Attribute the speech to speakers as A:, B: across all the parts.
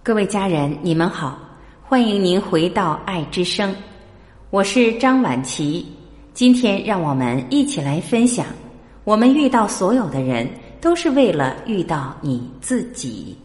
A: 各位家人，你们好，欢迎您回到爱之声，我是张婉琪。今天让我们一起来分享，我们遇到所有的人，都是为了遇到你自己。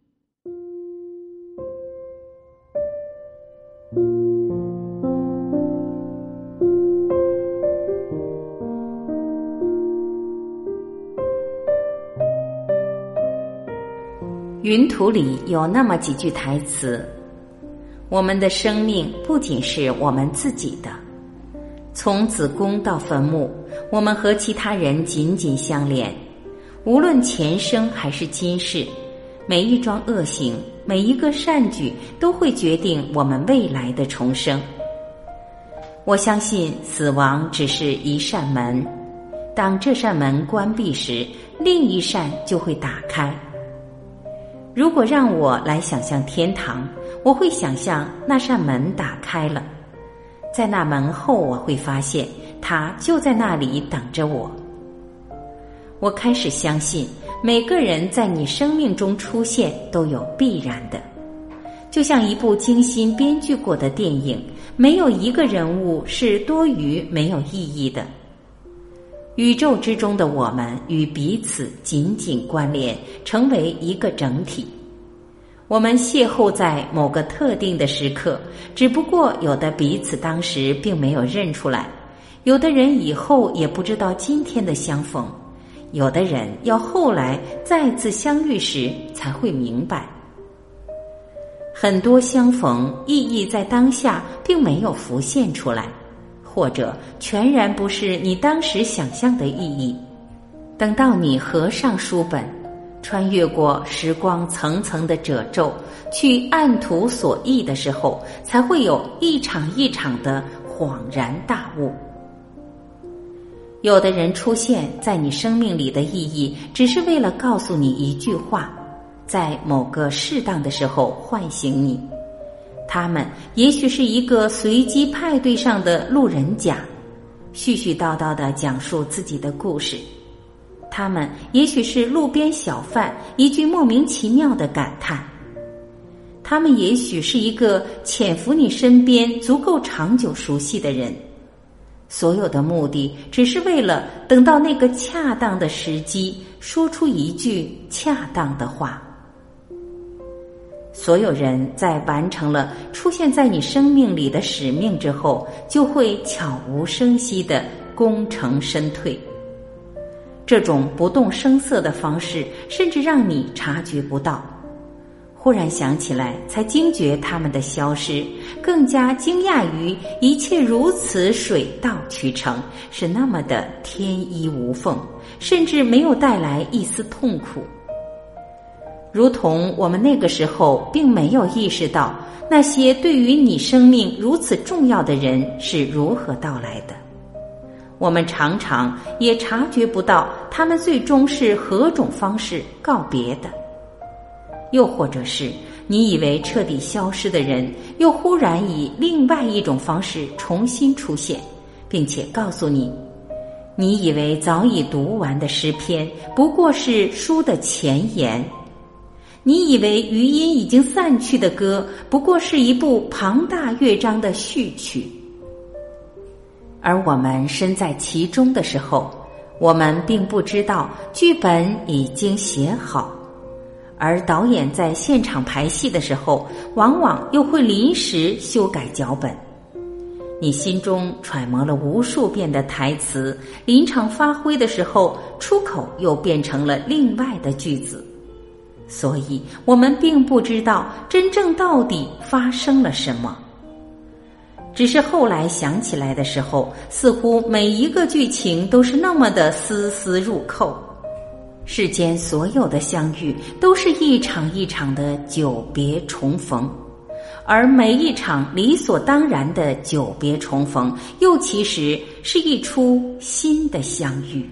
A: 云图里有那么几句台词：我们的生命不仅是我们自己的，从子宫到坟墓，我们和其他人紧紧相连，无论前生还是今世，每一桩恶行，每一个善举，都会决定我们未来的重生。我相信死亡只是一扇门，当这扇门关闭时，另一扇就会打开。如果让我来想象天堂，我会想象那扇门打开了，在那门后我会发现它就在那里等着我。我开始相信每个人在你生命中出现都有必然的，就像一部精心编剧过的电影，没有一个人物是多余没有意义的。宇宙之中的我们与彼此紧紧关联，成为一个整体。我们邂逅在某个特定的时刻，只不过有的彼此当时并没有认出来，有的人以后也不知道今天的相逢，有的人要后来再次相遇时才会明白。很多相逢意义在当下并没有浮现出来，或者全然不是你当时想象的意义。等到你合上书本，穿越过时光层层的褶皱，去按图索骥的时候，才会有一场一场的恍然大悟。有的人出现在你生命里的意义，只是为了告诉你一句话，在某个适当的时候唤醒你。他们也许是一个随机派对上的路人甲，絮絮叨叨地讲述自己的故事。他们也许是路边小贩一句莫名其妙的感叹。他们也许是一个潜伏你身边足够长久熟悉的人。所有的目的只是为了等到那个恰当的时机，说出一句恰当的话。所有人在完成了出现在你生命里的使命之后，就会悄无声息地功成身退。这种不动声色的方式，甚至让你察觉不到。忽然想起来，才惊觉他们的消失，更加惊讶于一切如此水到渠成，是那么的天衣无缝，甚至没有带来一丝痛苦。如同我们那个时候并没有意识到那些对于你生命如此重要的人是如何到来的，我们常常也察觉不到他们最终是何种方式告别的。又或者是你以为彻底消失的人，又忽然以另外一种方式重新出现，并且告诉你，你以为早已读完的诗篇不过是书的前言，你以为余音已经散去的歌不过是一部庞大乐章的序曲。而我们身在其中的时候，我们并不知道剧本已经写好，而导演在现场排戏的时候，往往又会临时修改脚本。你心中揣摩了无数遍的台词，临场发挥的时候，出口又变成了另外的句子。所以我们并不知道真正到底发生了什么。只是后来想起来的时候，似乎每一个剧情都是那么的丝丝入扣。世间所有的相遇都是一场一场的久别重逢，而每一场理所当然的久别重逢，又其实是一出新的相遇。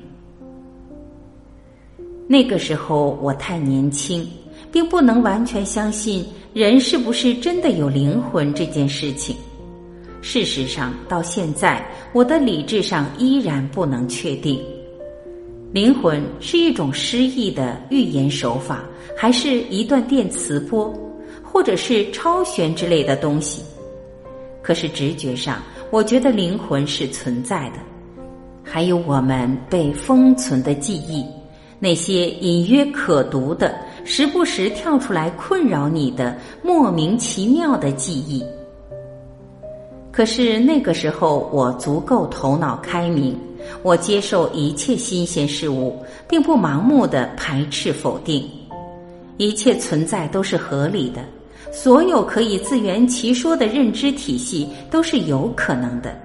A: 那个时候我太年轻，并不能完全相信人是不是真的有灵魂这件事情。事实上，到现在我的理智上依然不能确定，灵魂是一种诗意的寓言手法，还是一段电磁波， 或者是超玄之类的东西。可是直觉上，我觉得灵魂是存在的，还有我们被封存的记忆，那些隐约可读的，时不时跳出来困扰你的莫名其妙的记忆。可是那个时候我足够头脑开明，我接受一切新鲜事物，并不盲目地排斥否定。一切存在都是合理的，所有可以自圆其说的认知体系都是有可能的。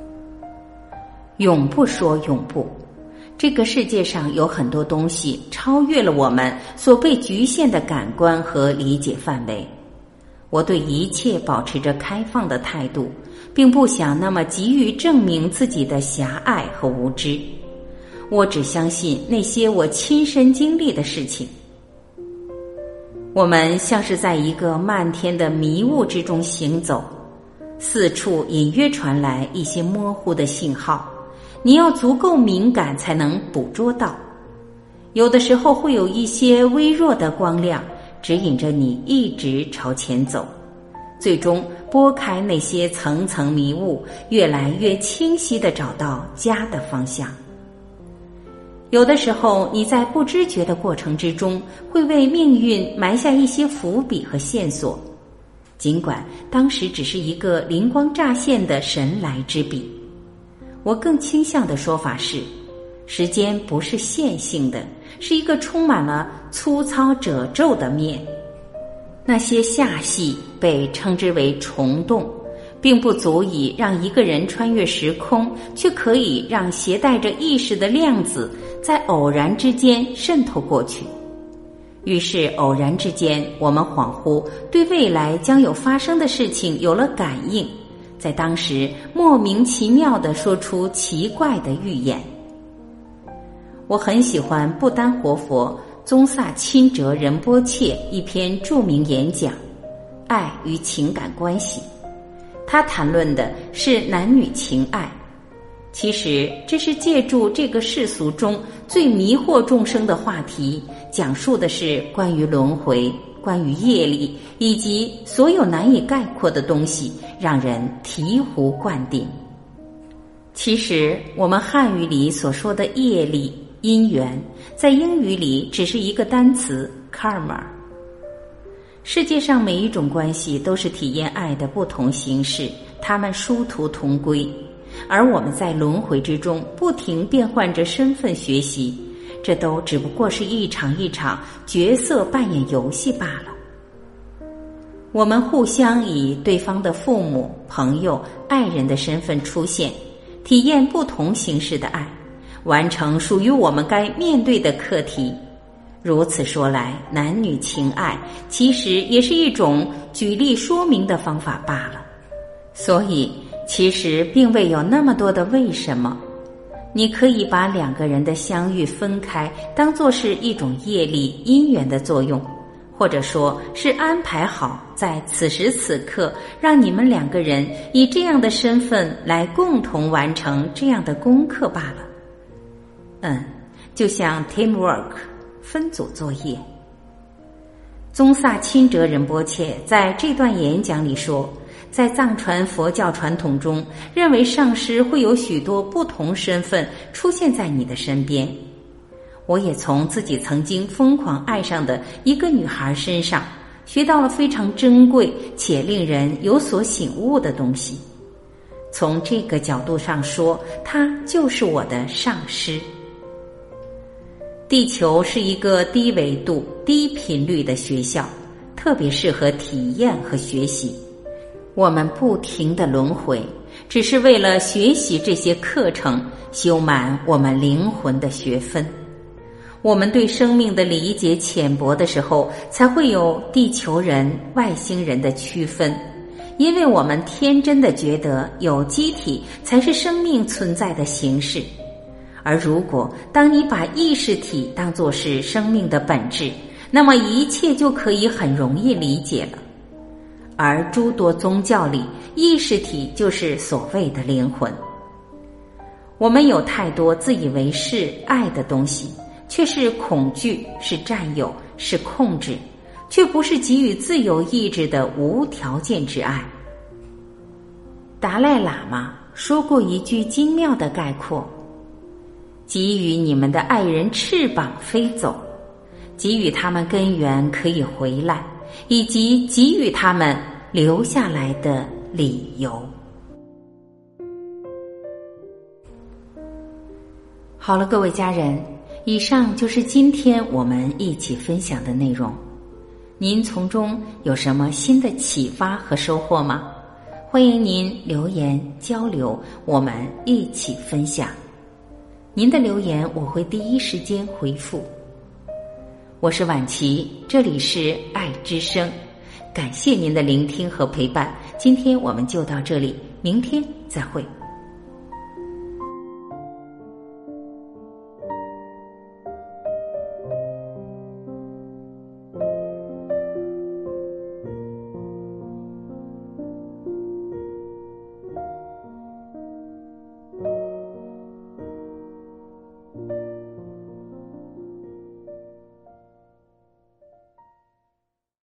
A: 永不说永不，这个世界上有很多东西超越了我们所被局限的感官和理解范围。我对一切保持着开放的态度，并不想那么急于证明自己的狭隘和无知。我只相信那些我亲身经历的事情。我们像是在一个漫天的迷雾之中行走，四处隐约传来一些模糊的信号，你要足够敏感才能捕捉到。有的时候会有一些微弱的光亮指引着你一直朝前走，最终拨开那些层层迷雾，越来越清晰地找到家的方向。有的时候你在不知觉的过程之中，会为命运埋下一些伏笔和线索，尽管当时只是一个灵光乍现的神来之笔。我更倾向的说法是，时间不是线性的，是一个充满了粗糙褶皱的面。那些下隙被称之为虫洞，并不足以让一个人穿越时空，却可以让携带着意识的量子在偶然之间渗透过去。于是偶然之间，我们恍惚对未来将有发生的事情有了感应，在当时莫名其妙地说出奇怪的预言。我很喜欢不丹活佛宗萨钦哲仁波切一篇著名演讲《爱与情感关系》，他谈论的是男女情爱。其实这是借助这个世俗中最迷惑众生的话题，讲述的是关于轮回、关于业力以及所有难以概括的东西，让人醍醐灌顶。其实我们汉语里所说的业力、因缘，在英语里只是一个单词 karma。 世界上每一种关系都是体验爱的不同形式，它们殊途同归，而我们在轮回之中不停变换着身份学习，这都只不过是一场一场角色扮演游戏罢了。我们互相以对方的父母、朋友、爱人的身份出现，体验不同形式的爱，完成属于我们该面对的课题。如此说来，男女情爱其实也是一种举例说明的方法罢了。所以其实并未有那么多的为什么。你可以把两个人的相遇分开当作是一种业力因缘的作用，或者说是安排好在此时此刻让你们两个人以这样的身份来共同完成这样的功课罢了。就像 teamwork 分组作业。宗萨钦哲仁波切在这段演讲里说，在藏传佛教传统中，认为上师会有许多不同身份出现在你的身边。我也从自己曾经疯狂爱上的一个女孩身上学到了非常珍贵且令人有所醒悟的东西。从这个角度上说，她就是我的上师。地球是一个低维度、低频率的学校，特别适合体验和学习。我们不停地轮回，只是为了学习这些课程，修满我们灵魂的学分。我们对生命的理解浅薄的时候，才会有地球人、外星人的区分，因为我们天真的觉得有机体才是生命存在的形式。而如果当你把意识体当作是生命的本质，那么一切就可以很容易理解了。而诸多宗教里，意识体就是所谓的灵魂。我们有太多自以为是爱的东西，却是恐惧，是占有，是控制， 却不是给予自由意志的无条件之爱。达赖喇嘛说过一句精妙的概括：给予你们的爱人翅膀飞走，给予他们根源可以回来，以及给予他们留下来的理由。好了，各位家人，以上就是今天我们一起分享的内容。您从中有什么新的启发和收获吗？欢迎您留言交流，我们一起分享。您的留言我会第一时间回复。我是婉琪，这里是爱之声，感谢您的聆听和陪伴。今天我们就到这里，明天再会。